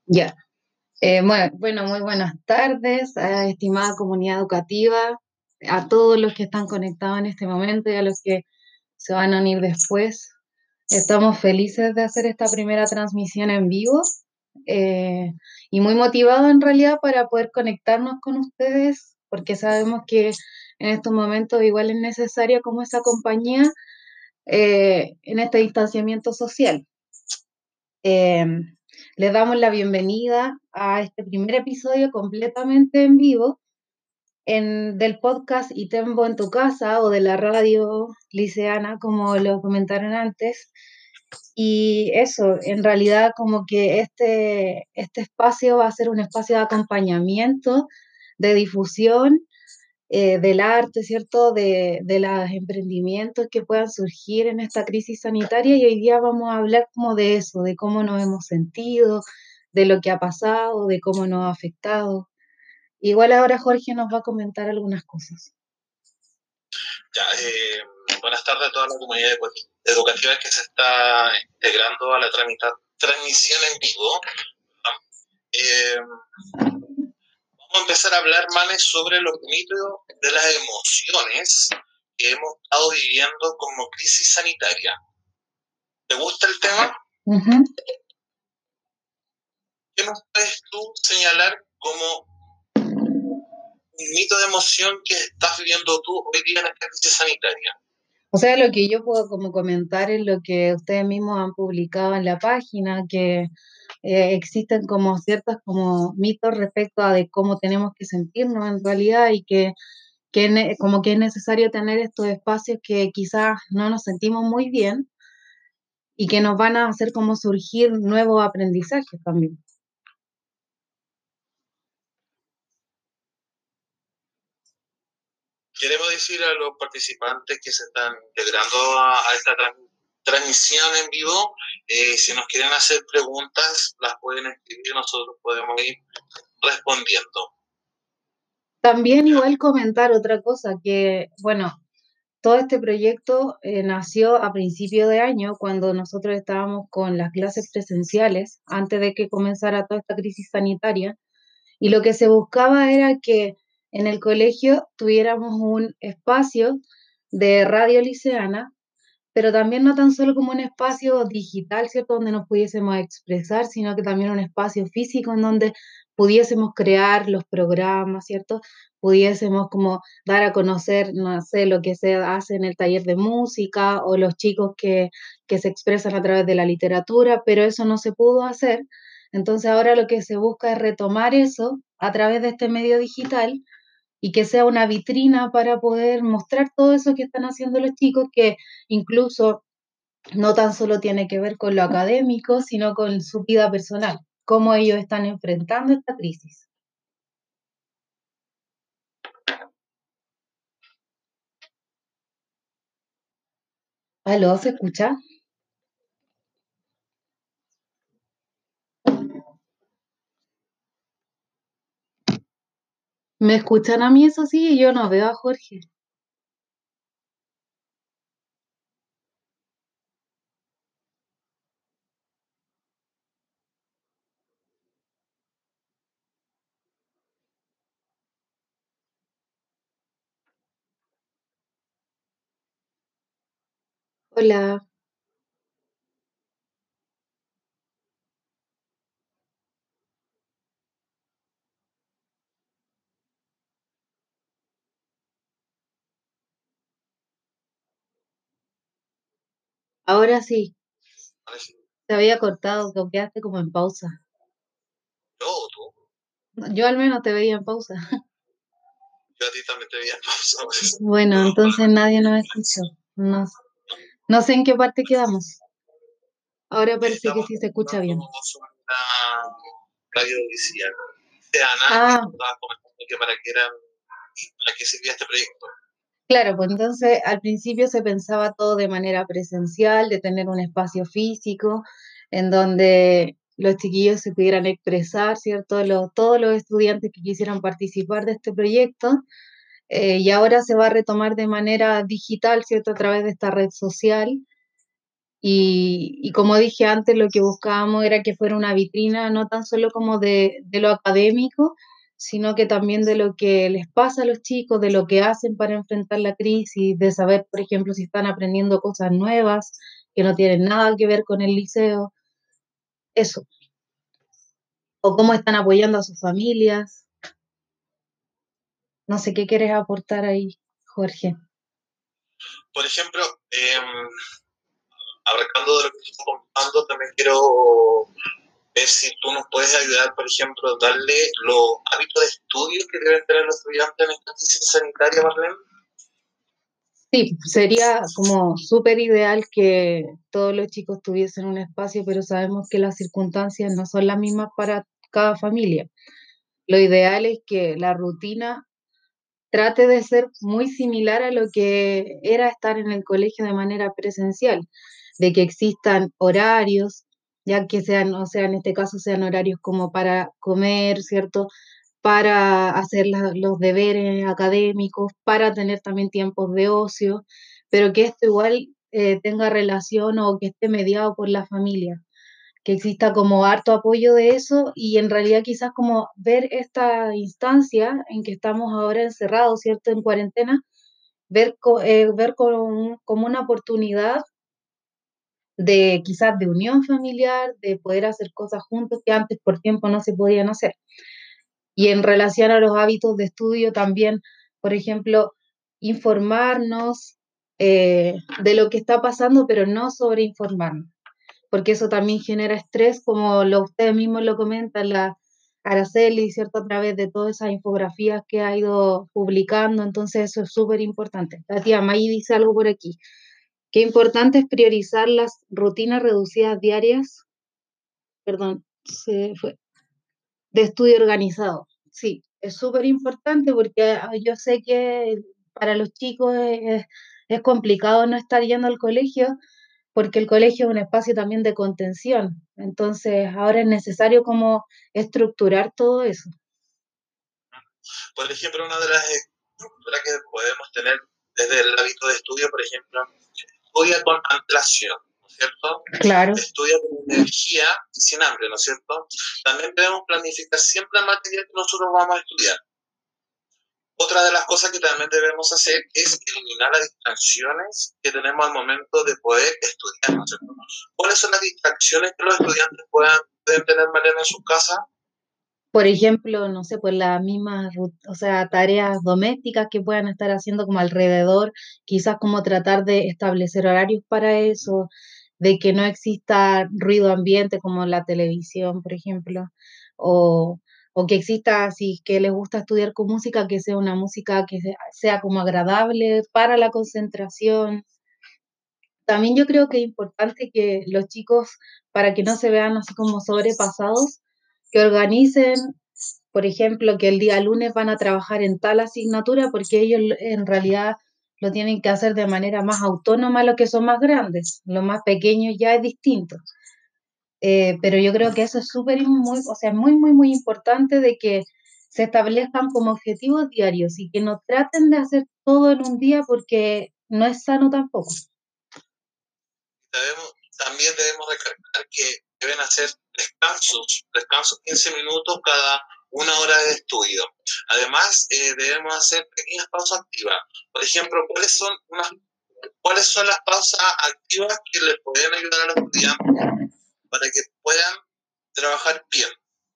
Ya. Bueno, muy buenas tardes, estimada comunidad educativa, a todos los que están conectados en este momento y a los que se van a unir después. Estamos felices de hacer esta primera transmisión en vivo eh, y muy motivados en realidad para poder conectarnos con ustedes, porque sabemos que en estos momentos igual es necesaria como esa compañía en este distanciamiento social. Eh, Les damos la bienvenida a este primer episodio completamente en vivo del podcast Itembo en tu casa o de la radio liceana, como lo comentaron antes. Y eso, en realidad como que este espacio va a ser un espacio de acompañamiento, de difusión del arte, ¿cierto? De los emprendimientos que puedan surgir en esta crisis sanitaria y hoy día vamos a hablar como de eso, de cómo nos hemos sentido, de lo que ha pasado, de cómo nos ha afectado. Igual ahora Jorge nos va a comentar algunas cosas. Ya, buenas tardes a toda la comunidad educativa que se está integrando a la transmisión en vivo. Vamos a empezar a hablar, Manes, sobre los mitos de las emociones que hemos estado viviendo como crisis sanitaria. ¿Te gusta el tema? Uh-huh. ¿Qué nos puedes tú señalar como un mito de emoción que estás viviendo tú hoy día en esta crisis sanitaria? O sea, lo que yo puedo como comentar es lo que ustedes mismos han publicado en la página, que existen como ciertos como mitos respecto a de cómo tenemos que sentirnos en realidad y como que es necesario tener estos espacios que quizás no nos sentimos muy bien y que nos van a hacer como surgir nuevos aprendizajes también. Queremos decir a los participantes que se están integrando a esta transmisión en vivo, si nos quieren hacer preguntas, las pueden escribir, nosotros podemos ir respondiendo. También igual comentar otra cosa, que bueno, todo este proyecto nació a principio de año cuando nosotros estábamos con las clases presenciales, antes de que comenzara toda esta crisis sanitaria, y lo que se buscaba era que en el colegio tuviéramos un espacio de radio liceana, pero también no tan solo como un espacio digital, ¿cierto?, donde nos pudiésemos expresar, sino que también un espacio físico en donde pudiésemos crear los programas, ¿cierto? Pudiésemos como dar a conocer, no sé, lo que se hace en el taller de música o los chicos que se expresan a través de la literatura, pero eso no se pudo hacer. Entonces ahora lo que se busca es retomar eso a través de este medio digital y que sea una vitrina para poder mostrar todo eso que están haciendo los chicos, que incluso no tan solo tiene que ver con lo académico, sino con su vida personal, cómo ellos están enfrentando esta crisis. ¿Aló, se escucha? ¿Me escuchan a mí, eso sí? Y yo no veo a Jorge. Hola. Ahora sí, se había cortado, que quedaste como en pausa. ¿Yo o tú? Yo al menos te veía en pausa. Yo a ti también te veía en pausa. Bueno, entonces nadie nos escuchó. No, no sé en qué parte quedamos. Ahora parece que Estamos sí se escucha bien. sobre una radio liceana que Ah, estaba comentando que para qué servía este proyecto. claro, pues entonces al principio se pensaba todo de manera presencial, de tener un espacio físico en donde los chiquillos se pudieran expresar, ¿cierto? Todos los estudiantes que quisieran participar de este proyecto, y ahora se va a retomar de manera digital, ¿cierto? A través de esta red social. Y como dije antes, lo que buscábamos era que fuera una vitrina no tan solo como de lo académico, sino que también de lo que les pasa a los chicos, de lo que hacen para enfrentar la crisis, de saber, por ejemplo, si están aprendiendo cosas nuevas que no tienen nada que ver con el liceo, eso, o cómo están apoyando a sus familias. No sé qué quieres aportar ahí, Jorge. Por ejemplo, abarcando de lo que estoy contando, también quiero ver si tú nos puedes ayudar, por ejemplo, darle los hábitos de estudio que deben tener los estudiantes en esta crisis sanitaria, Marlene. Sí, sería como súper ideal que todos los chicos tuviesen un espacio, pero sabemos que las circunstancias no son las mismas para cada familia. Lo ideal es que la rutina trate de ser muy similar a lo que era estar en el colegio de manera presencial, de que existan horarios, ya que sean, o sea, en este caso sean horarios como para comer, ¿cierto? Para hacer los deberes académicos, para tener también tiempos de ocio, pero que esto igual tenga relación o que esté mediado por la familia, que exista como harto apoyo de eso y en realidad quizás como ver esta instancia en que estamos ahora encerrados, ¿cierto? En cuarentena, ver como una oportunidad de quizás de unión familiar, de poder hacer cosas juntos que antes por tiempo no se podían hacer. Y en relación a los hábitos de estudio también, por ejemplo, informarnos de lo que está pasando, pero no sobreinformarnos, porque eso también genera estrés, como ustedes mismos lo comentan, la Araceli, ¿cierto? A través de todas esas infografías que ha ido publicando, entonces eso es súper importante. La tía May dice algo por aquí. Qué importante es priorizar las rutinas reducidas diarias, perdón, se fue, de estudio organizado. Sí, es súper importante porque yo sé que para los chicos es complicado no estar yendo al colegio porque el colegio es un espacio también de contención. Entonces, ahora es necesario como estructurar todo eso. Por ejemplo, una de las estructuras que podemos tener desde el hábito de estudio, por ejemplo, estudia con antelación, ¿no es cierto? Claro. Estudia con energía y sin hambre, ¿no es cierto? También debemos planificar siempre la materia que nosotros vamos a estudiar. Otra de las cosas que también debemos hacer es eliminar las distracciones que tenemos al momento de poder estudiar, ¿no es cierto? ¿Cuáles son las distracciones que los estudiantes pueden tener, Mariana, en sus casas? Por ejemplo, no sé, pues las mismas, o sea, tareas domésticas que puedan estar haciendo como alrededor, quizás como tratar de establecer horarios para eso, de que no exista ruido ambiente como la televisión, por ejemplo, o, o que exista, si que les gusta estudiar con música, que sea una música que sea como agradable para la concentración. También yo creo que es importante que los chicos, para que no se vean así como sobrepasados, que organicen, por ejemplo, que el día lunes van a trabajar en tal asignatura porque ellos en realidad lo tienen que hacer de manera más autónoma a los que son más grandes. Los más pequeños ya es distinto. Pero yo creo que eso es súper, muy, o sea, muy, muy, muy importante de que se establezcan como objetivos diarios y que no traten de hacer todo en un día porque no es sano tampoco. También debemos recalcar que deben hacer descansos 15 minutos cada una hora de estudio. Además, debemos hacer pequeñas pausas activas. Por ejemplo, ¿cuáles son las pausas activas que les pueden ayudar a los estudiantes para que puedan trabajar bien?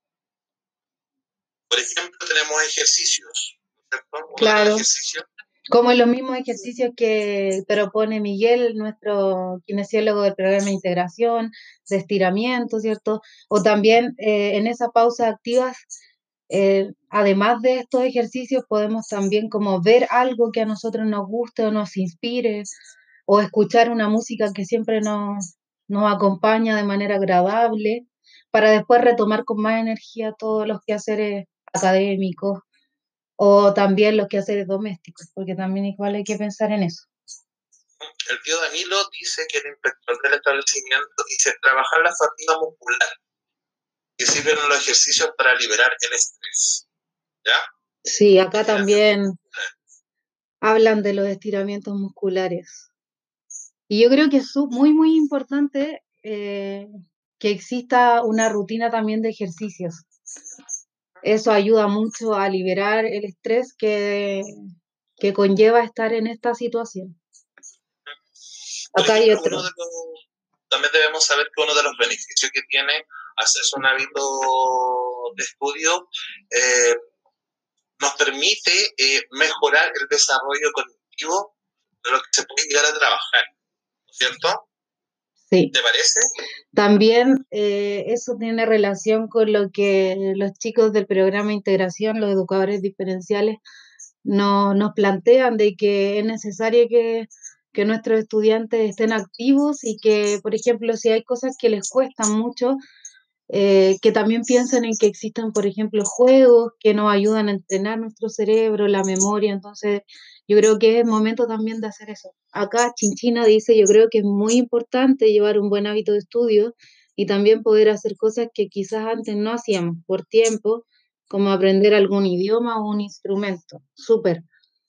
Por ejemplo, tenemos ejercicios, ¿cierto? Claro. Como los mismos ejercicios que propone Miguel, nuestro kinesiólogo del programa de integración, de estiramiento, ¿cierto? O también en esas pausas activas, además de estos ejercicios, podemos también como ver algo que a nosotros nos guste o nos inspire, o escuchar una música que siempre nos acompaña de manera agradable, para después retomar con más energía todos los quehaceres académicos o también los quehaceres domésticos, porque también igual hay que pensar en eso. El tío Danilo dice que el inspector del establecimiento dice trabajar la fatiga muscular, que sirven los ejercicios para liberar el estrés. ¿Ya? Sí, acá también hablan de los estiramientos musculares. Y yo creo que es muy, muy importante que exista una rutina también de ejercicios. Eso ayuda mucho a liberar el estrés que conlleva estar en esta situación. Por Acá hay ejemplo, otro. también debemos saber que uno de los beneficios que tiene hacerse un hábito de estudio nos permite mejorar el desarrollo cognitivo de lo que se puede llegar a trabajar, ¿no es cierto? Sí. ¿Te parece? También eso tiene relación con lo que los chicos del programa de integración, los educadores diferenciales, nos plantean de que es necesario que nuestros estudiantes estén activos y que, por ejemplo, si hay cosas que les cuestan mucho, que también piensen en que existen, por ejemplo, juegos que nos ayudan a entrenar nuestro cerebro, la memoria. Entonces, yo creo que es momento también de hacer eso. Acá Chinchina dice, yo creo que es muy importante llevar un buen hábito de estudio y también poder hacer cosas que quizás antes no hacíamos por tiempo, como aprender algún idioma o un instrumento. Súper.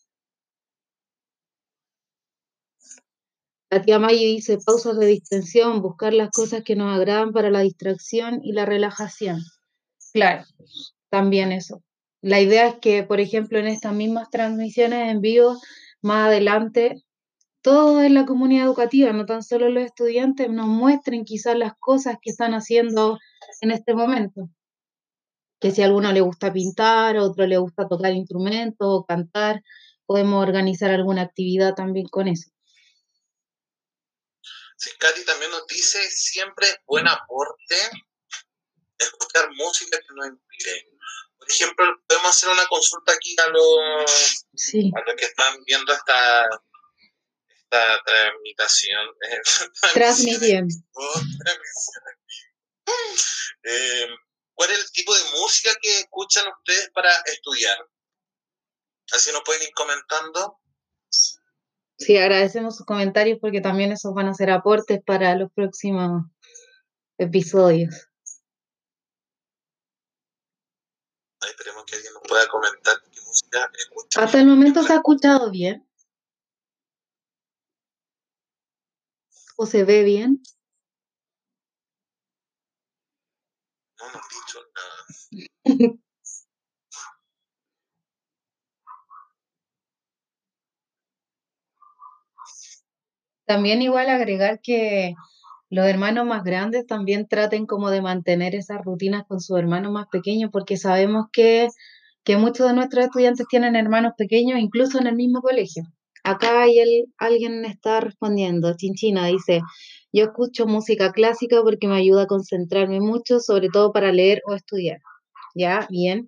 La tía Maggie dice, pausas de distensión, buscar las cosas que nos agradan para la distracción y la relajación. Claro, también eso. La idea es que, por ejemplo, en estas mismas transmisiones en vivo, más adelante, todos en la comunidad educativa, no tan solo los estudiantes, nos muestren quizás las cosas que están haciendo en este momento. Que si a alguno le gusta pintar, a otro le gusta tocar instrumentos o cantar, podemos organizar alguna actividad también con eso. Sí, Katy también nos dice, siempre es buen aporte escuchar música que nos inspire. Por ejemplo, podemos hacer una consulta aquí a los que están viendo esta transmisión. Transmitiendo. ¿Cuál es el tipo de música que escuchan ustedes para estudiar? Así nos pueden ir comentando. Sí, agradecemos sus comentarios porque también esos van a ser aportes para los próximos episodios. Ahí esperemos que alguien nos pueda comentar qué música escucha. Hasta el momento se ha escuchado bien. ¿O se ve bien? No nos han dicho nada. También igual agregar que los hermanos más grandes también traten como de mantener esas rutinas con sus hermanos más pequeños, porque sabemos que muchos de nuestros estudiantes tienen hermanos pequeños, incluso en el mismo colegio. Acá alguien está respondiendo, Chinchina dice, yo escucho música clásica porque me ayuda a concentrarme mucho, sobre todo para leer o estudiar. Ya, bien.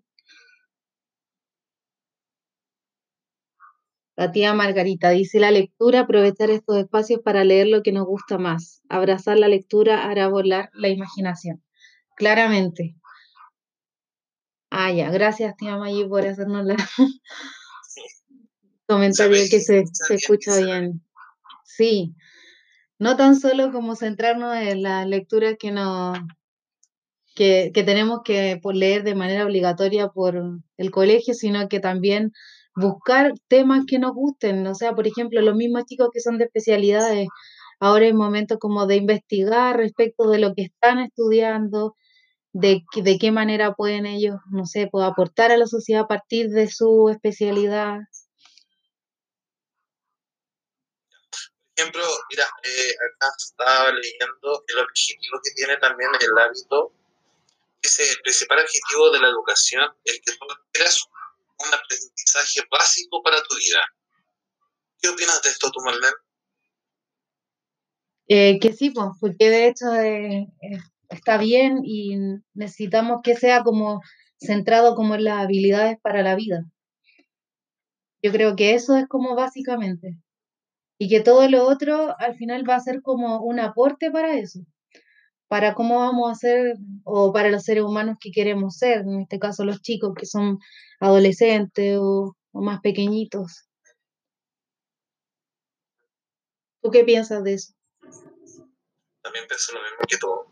La tía Margarita dice la lectura, aprovechar estos espacios para leer lo que nos gusta más. Abrazar la lectura hará volar la imaginación. Claramente. Ah, ya, gracias tía Maggi por hacernos la comentario que se escucha bien. Sí, no tan solo como centrarnos en las lecturas que tenemos que leer de manera obligatoria por el colegio, sino que también buscar temas que nos gusten. O sea, por ejemplo, los mismos chicos que son de especialidades, ahora es momento como de investigar respecto de lo que están estudiando, de qué manera pueden ellos, no sé, pues, aportar a la sociedad a partir de su especialidad. Por ejemplo, mira, acá estaba leyendo el objetivo que tiene también el hábito. Dice, el principal objetivo de la educación es que tú tengas un aprendizaje básico para tu vida. ¿Qué opinas de esto tú, Marlene? Que sí, pues, porque de hecho está bien y necesitamos que sea como centrado como en las habilidades para la vida. Yo creo que eso es como básicamente. Y que todo lo otro al final va a ser como un aporte para eso, para cómo vamos a ser o para los seres humanos que queremos ser, en este caso los chicos que son adolescentes o más pequeñitos. ¿Tú qué piensas de eso? También pienso lo mismo que tú.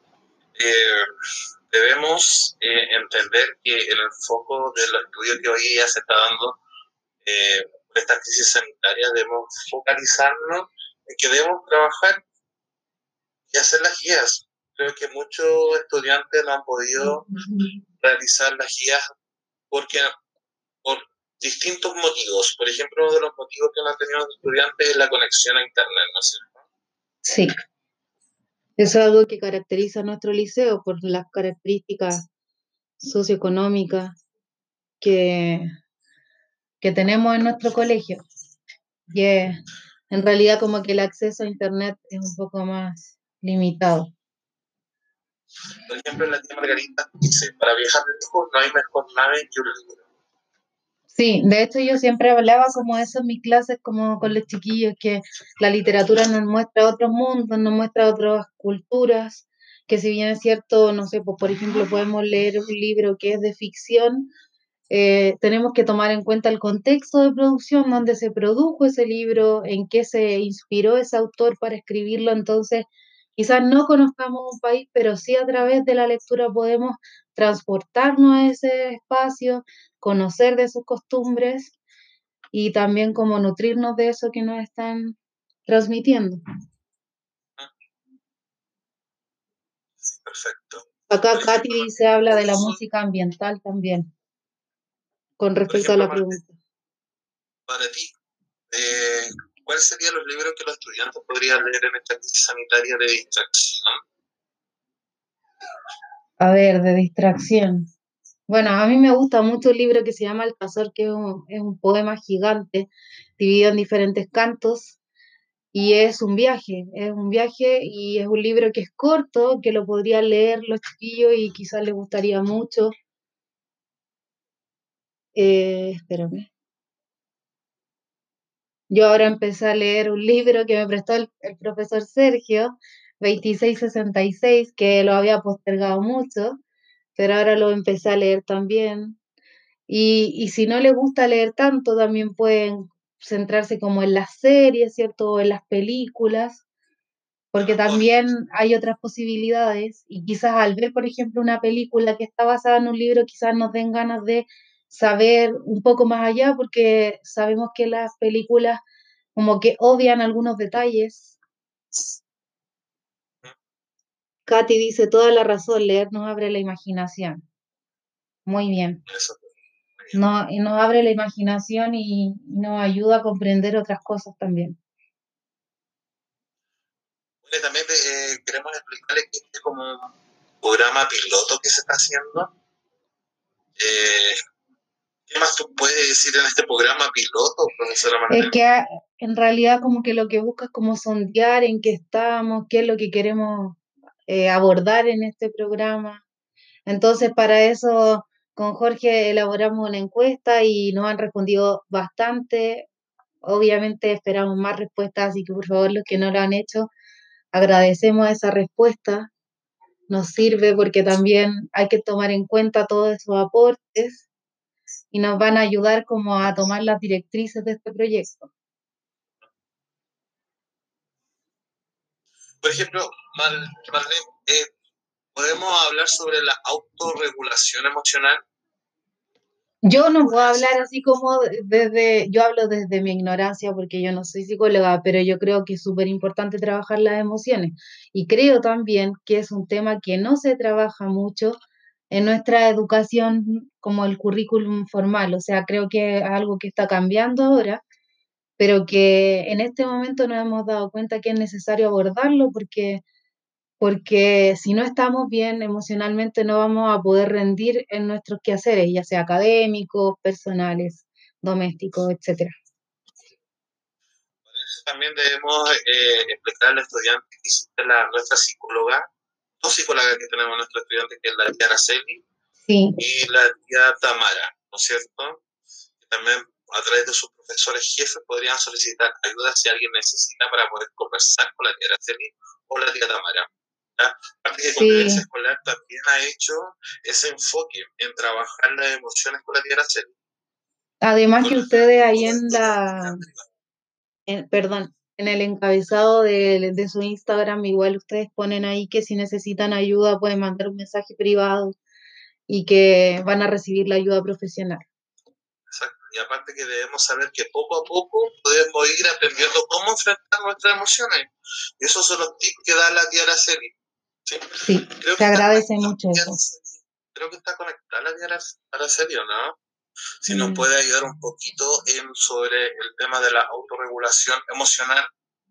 Debemos entender que el enfoque de los estudios que hoy día se está dando por esta crisis sanitaria, debemos focalizarnos en que debemos trabajar y hacer las guías. Creo que muchos estudiantes no han podido realizar las guías porque por distintos motivos. Por ejemplo, uno de los motivos que no han tenido los estudiantes es la conexión a Internet, ¿no es cierto? Sí, eso es algo que caracteriza a nuestro liceo por las características socioeconómicas que, que tenemos en nuestro colegio. Y en realidad como que el acceso a Internet es un poco más limitado. Por ejemplo, la tía Margarita dice, para viajar lejos no hay mejor nave que un libro. Sí, de hecho yo siempre hablaba como eso en mis clases, como con los chiquillos, que la literatura nos muestra otros mundos, nos muestra otras culturas, que si bien es cierto, no sé, pues por ejemplo podemos leer un libro que es de ficción, tenemos que tomar en cuenta el contexto de producción, donde se produjo ese libro, en qué se inspiró ese autor para escribirlo. Entonces, quizás no conozcamos un país, pero sí a través de la lectura podemos transportarnos a ese espacio, conocer de sus costumbres y también como nutrirnos de eso que nos están transmitiendo. Perfecto. Acá Katy se habla de la música ambiental también, con respecto a la pregunta. Para ti, ¿cuáles serían los libros que los estudiantes podrían leer en esta crisis sanitaria de distracción? A ver, de distracción. Bueno, a mí me gusta mucho un libro que se llama El Pastor, que es un poema gigante, dividido en diferentes cantos, y es un viaje y es un libro que es corto, que lo podrían leer los chiquillos y quizás les gustaría mucho. Espérame. Yo ahora empecé a leer un libro que me prestó el profesor Sergio, 2666, que lo había postergado mucho, pero ahora lo empecé a leer también. Y si no les gusta leer tanto, también pueden centrarse como en las series, ¿cierto? O en las películas, porque también hay otras posibilidades. Y quizás al ver, por ejemplo, una película que está basada en un libro, quizás nos den ganas de saber un poco más allá, porque sabemos que las películas como que obvian algunos detalles. Katy dice, toda la razón, leer nos abre la imaginación. Muy bien. Y nos abre la imaginación y nos ayuda a comprender otras cosas también. Bueno, también queremos explicarles que este es como un programa piloto que se está haciendo. ¿Qué más tú puedes decir en este programa piloto, profesora Martín? Es que en realidad como que lo que busca es como sondear en qué estamos, qué es lo que queremos abordar en este programa. Entonces, para eso con Jorge elaboramos una encuesta y nos han respondido bastante. Obviamente esperamos más respuestas, así que por favor los que no lo han hecho, agradecemos esa respuesta. Nos sirve porque también hay que tomar en cuenta todos esos aportes y nos van a ayudar como a tomar las directrices de este proyecto. Por ejemplo, Marlene, ¿podemos hablar sobre la autorregulación emocional? Yo no puedo hablar así como yo hablo desde mi ignorancia porque yo no soy psicóloga, pero yo creo que es súper importante trabajar las emociones. Y creo también que es un tema que no se trabaja mucho en nuestra educación como el currículum formal. O sea, creo que es algo que está cambiando ahora, pero que en este momento nos hemos dado cuenta que es necesario abordarlo porque si no estamos bien emocionalmente no vamos a poder rendir en nuestros quehaceres, ya sea académicos, personales, domésticos, etcétera. Por eso también debemos explicar al estudiante que existe nuestra psicóloga, dos psicólogas que tenemos nuestros estudiantes, que es la tía Araceli Sí. y la tía Tamara, ¿no es cierto? Que también a través de sus profesores jefes podrían solicitar ayuda si alguien necesita para poder conversar con la tía Araceli o la tía Tamara. Aparte que Convivencia Escolar también ha hecho ese enfoque en trabajar las emociones con la tía Araceli. Además que ustedes ahí en el encabezado de su Instagram, igual ustedes ponen ahí que si necesitan ayuda pueden mandar un mensaje privado y que van a recibir la ayuda profesional. Exacto. Y aparte que debemos saber que poco a poco podemos ir aprendiendo cómo enfrentar nuestras emociones. Y esos son los tips que da la tía Araceli. Sí, creo se agradece mucho eso. Creo que está conectada la tía Araceli, ¿no? Si nos puede ayudar un poquito sobre el tema de la autorregulación emocional.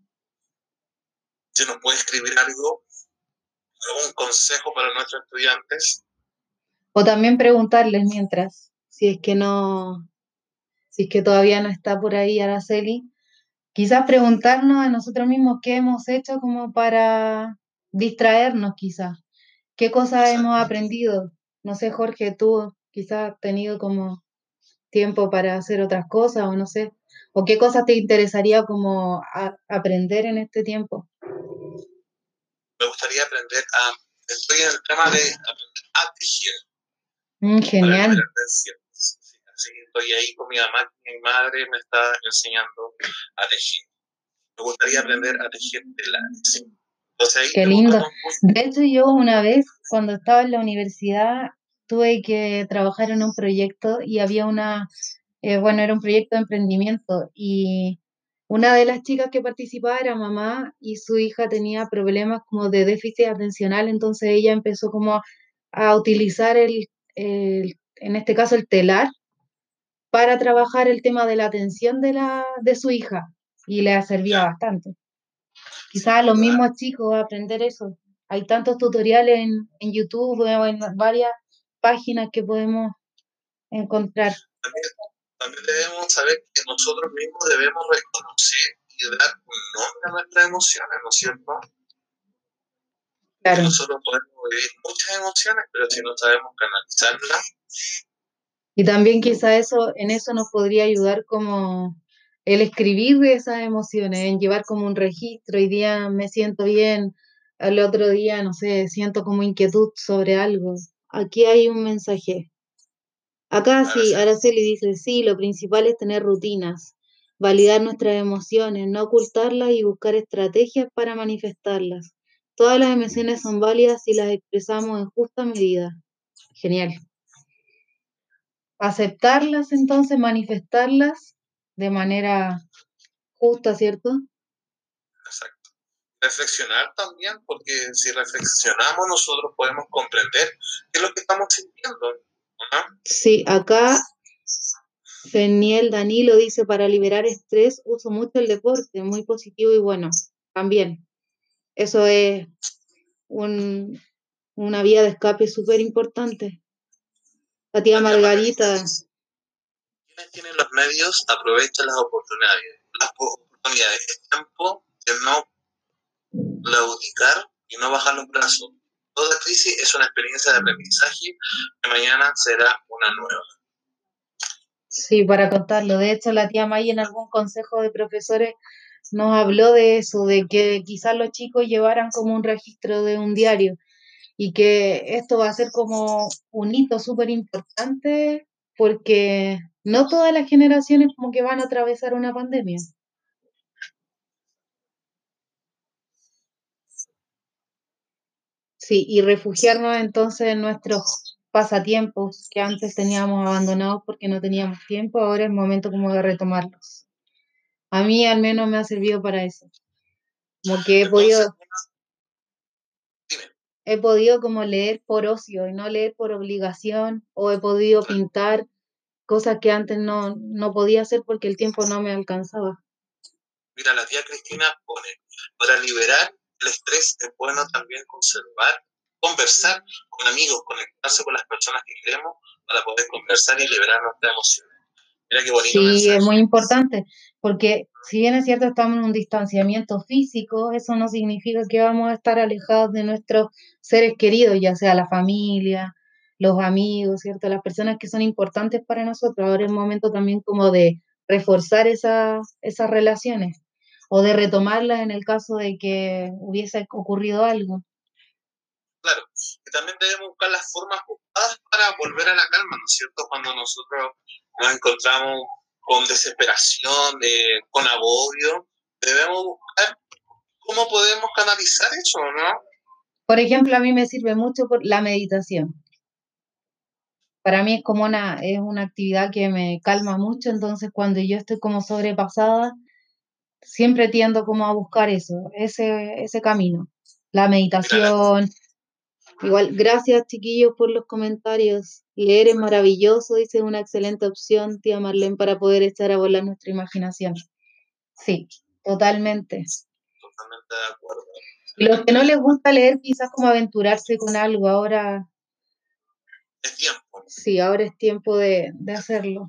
Si nos puede escribir algo, algún consejo para nuestros estudiantes. O también preguntarles mientras, si es que todavía no está por ahí Araceli, quizás preguntarnos a nosotros mismos qué hemos hecho como para distraernos quizás, qué cosas hemos aprendido. No sé, Jorge, tú quizás has tenido como tiempo para hacer otras cosas o no sé, o qué cosas te interesaría como aprender en este tiempo. Me gustaría estoy en el tema de aprender a tejer. Genial. Para sí, así que estoy ahí con mi mamá, mi madre me está enseñando a tejer. Me gustaría aprender a tejer telares. Entonces, qué lindo. De hecho, yo una vez, cuando estaba en la universidad, tuve que trabajar en un proyecto y había era un proyecto de emprendimiento y una de las chicas que participaba era mamá y su hija tenía problemas como de déficit atencional, entonces ella empezó como a utilizar en este caso el telar para trabajar el tema de la atención de su hija y le servía bastante. Quizás a los mismos chicos aprender eso. Hay tantos tutoriales en YouTube o en varias páginas que podemos encontrar. También debemos saber que nosotros mismos debemos reconocer y dar un nombre a nuestras emociones, ¿no es cierto? Claro. Nosotros podemos vivir muchas emociones, pero si no sabemos canalizarlas. Y también quizá en eso nos podría ayudar como el escribir de esas emociones, en llevar como un registro. Hoy día me siento bien, al otro día, no sé, siento como inquietud sobre algo. Aquí hay un mensaje. Acá sí, Araceli dice, sí, lo principal es tener rutinas, validar nuestras emociones, no ocultarlas y buscar estrategias para manifestarlas. Todas las emociones son válidas si las expresamos en justa medida. Genial. Aceptarlas entonces, manifestarlas de manera justa, ¿cierto? Exacto. Reflexionar también, porque si reflexionamos nosotros podemos comprender qué es lo que estamos sintiendo, ¿no? Sí, acá Feniel Danilo dice, para liberar estrés uso mucho el deporte, muy positivo y bueno, también. Eso es una vía de escape súper importante. La tía Margarita. Quienes tienen los medios aprovechan las oportunidades. Las oportunidades es tiempo de no claudicar y no bajar los brazos. Toda crisis es una experiencia de aprendizaje que mañana será una nueva. Sí, para contarlo. De hecho, la tía May en algún consejo de profesores nos habló de eso, de que quizás los chicos llevaran como un registro de un diario y que esto va a ser como un hito súper importante porque no todas las generaciones como que van a atravesar una pandemia. Sí, y refugiarnos entonces en nuestros pasatiempos que antes teníamos abandonados porque no teníamos tiempo, ahora es el momento como de retomarlos. A mí al menos me ha servido para eso. Como que he podido como leer por ocio y no leer por obligación, o he podido pintar cosas que antes no podía hacer porque el tiempo no me alcanzaba. Mira, la tía Cristina pone, para liberar el estrés es bueno también conversar con amigos, conectarse con las personas que queremos para poder conversar y liberar nuestras emociones. Mira qué bonito mensaje. Sí, es muy importante, porque si bien es cierto estamos en un distanciamiento físico, eso no significa que vamos a estar alejados de nuestros seres queridos, ya sea la familia, los amigos, ¿cierto? Las personas que son importantes para nosotros. Ahora es momento también como de reforzar esas relaciones o de retomarlas en el caso de que hubiese ocurrido algo. Claro, y también debemos buscar las formas ocupadas para volver a la calma, ¿no es cierto? Cuando nosotros nos encontramos con desesperación, con agobio, debemos buscar cómo podemos canalizar eso, ¿no? Por ejemplo, a mí me sirve mucho por la meditación. Para mí es una actividad que me calma mucho, entonces cuando yo estoy como sobrepasada, siempre tiendo como a buscar ese camino, la Mira, meditación. Igual, gracias chiquillos por los comentarios. Leer es maravilloso, dice una excelente opción, tía Marlene, para poder echar a volar nuestra imaginación. Sí, totalmente. totalmente de acuerdo. Y los que no les gusta leer, quizás como aventurarse con algo, ahora Es tiempo. sí, ahora es tiempo de hacerlo.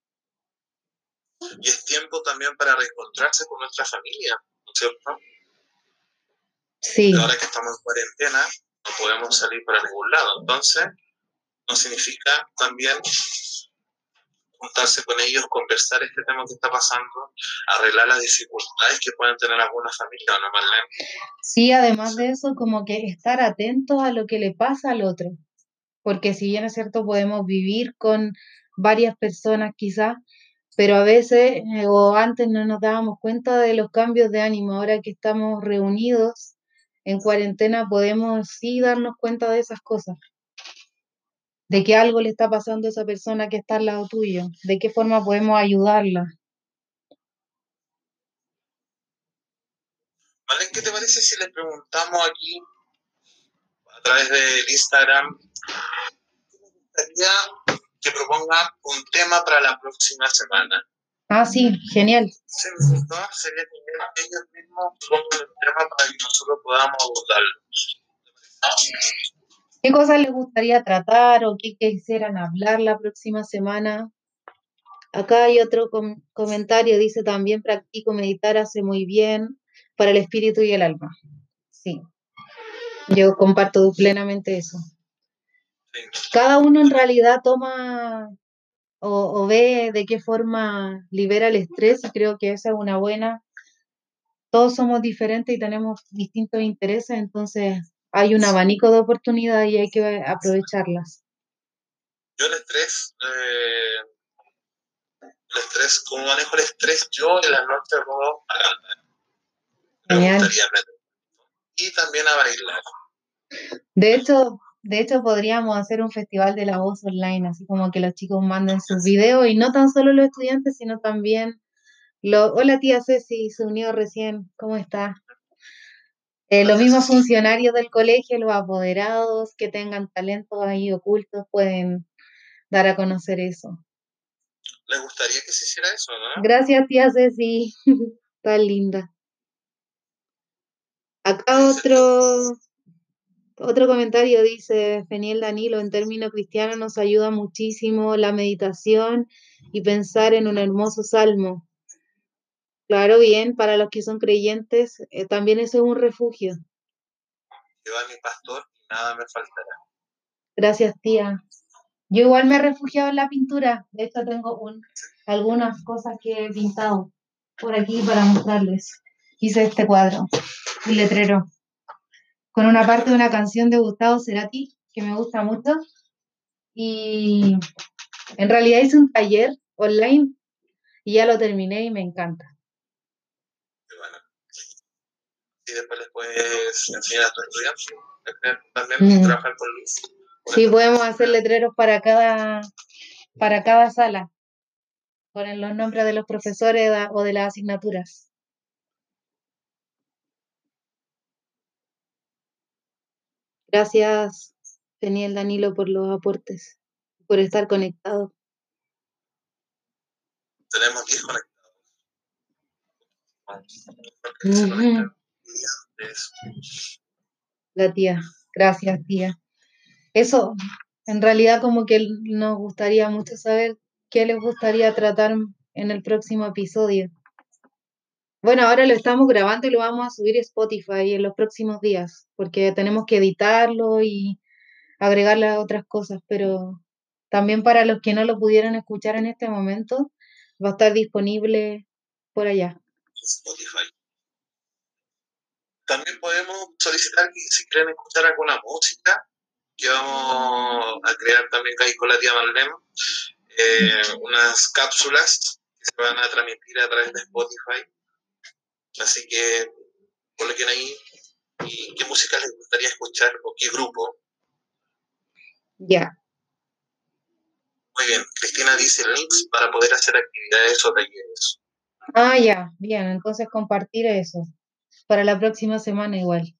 Y es tiempo también para reencontrarse con nuestra familia, ¿no es cierto? Sí. Ahora que estamos en cuarentena, no podemos salir para ningún lado. Entonces, no significa también juntarse con ellos, conversar este tema que está pasando, arreglar las dificultades que pueden tener algunas familias, ¿no, Marlene? Sí, además de eso, como que estar atentos a lo que le pasa al otro, porque si bien es cierto, podemos vivir con varias personas quizás, pero a veces o antes no nos dábamos cuenta de los cambios de ánimo. Ahora que estamos reunidos en cuarentena, podemos sí darnos cuenta de esas cosas, de que algo le está pasando a esa persona que está al lado tuyo, de qué forma podemos ayudarla. Marlene, ¿qué te parece si les preguntamos aquí a través del Instagram que proponga un tema para la próxima semana? Ah, sí, genial. Sí, ¿no? Sería que ellos mismos propongan el tema para que nosotros podamos abordarlo. ¿Qué cosas les gustaría tratar o qué quisieran hablar la próxima semana? Acá hay otro comentario, dice también practico meditar, hace muy bien para el espíritu y el alma. Sí, yo comparto plenamente eso. Sí. Cada uno en realidad toma o ve de qué forma libera el estrés y creo que esa es una buena. Todos somos diferentes y tenemos distintos intereses, entonces hay un abanico de oportunidades y hay que aprovecharlas. Yo el estrés, ¿cómo manejo el estrés? Yo en las noches puedo me Genial. gustaría aprender. Y también a bailar. De hecho, podríamos hacer un festival de la voz online, así como que los chicos manden sus videos y no tan solo los estudiantes, sino también los... Hola tía Ceci, se unió recién, ¿cómo está? Los mismos funcionarios del colegio, los apoderados que tengan talentos ahí ocultos pueden dar a conocer eso. ¿Les gustaría que se hiciera eso, no? Gracias tía Ceci, tan linda. Acá otro comentario dice Feniel Danilo, en términos cristianos nos ayuda muchísimo la meditación y pensar en un hermoso salmo. Claro, bien, para los que son creyentes, también eso es un refugio. Yo a mi pastor y nada me faltará. Gracias, tía. Yo igual me he refugiado en la pintura. De hecho, tengo algunas cosas que he pintado por aquí para mostrarles. Hice este cuadro, un letrero, con una parte de una canción de Gustavo Cerati que me gusta mucho. Y en realidad hice un taller online y ya lo terminé y me encanta. Y bueno, y después les puedes enseñar a tus estudiantes también trabajar con luz. Sí, podemos hacer letreros para cada sala, con los nombres de los profesores o de las asignaturas. Gracias, Daniel Danilo, por los aportes, por estar conectado. Tenemos 10 conectados. La tía, gracias, tía. Eso, en realidad como que nos gustaría mucho saber qué les gustaría tratar en el próximo episodio. Bueno, ahora lo estamos grabando y lo vamos a subir a Spotify en los próximos días, porque tenemos que editarlo y agregarle otras cosas, pero también para los que no lo pudieron escuchar en este momento, va a estar disponible por allá. Spotify. También podemos solicitar que si quieren escuchar alguna música, que vamos a crear también ahí con la tía Marlene, unas cápsulas que se van a transmitir a través de Spotify. Así que coloquen ahí y qué música les gustaría escuchar o qué grupo. Ya. Muy bien, Cristina dice links para poder hacer actividades o talleres. Ah, ya, bien, entonces compartir eso. Para la próxima semana igual.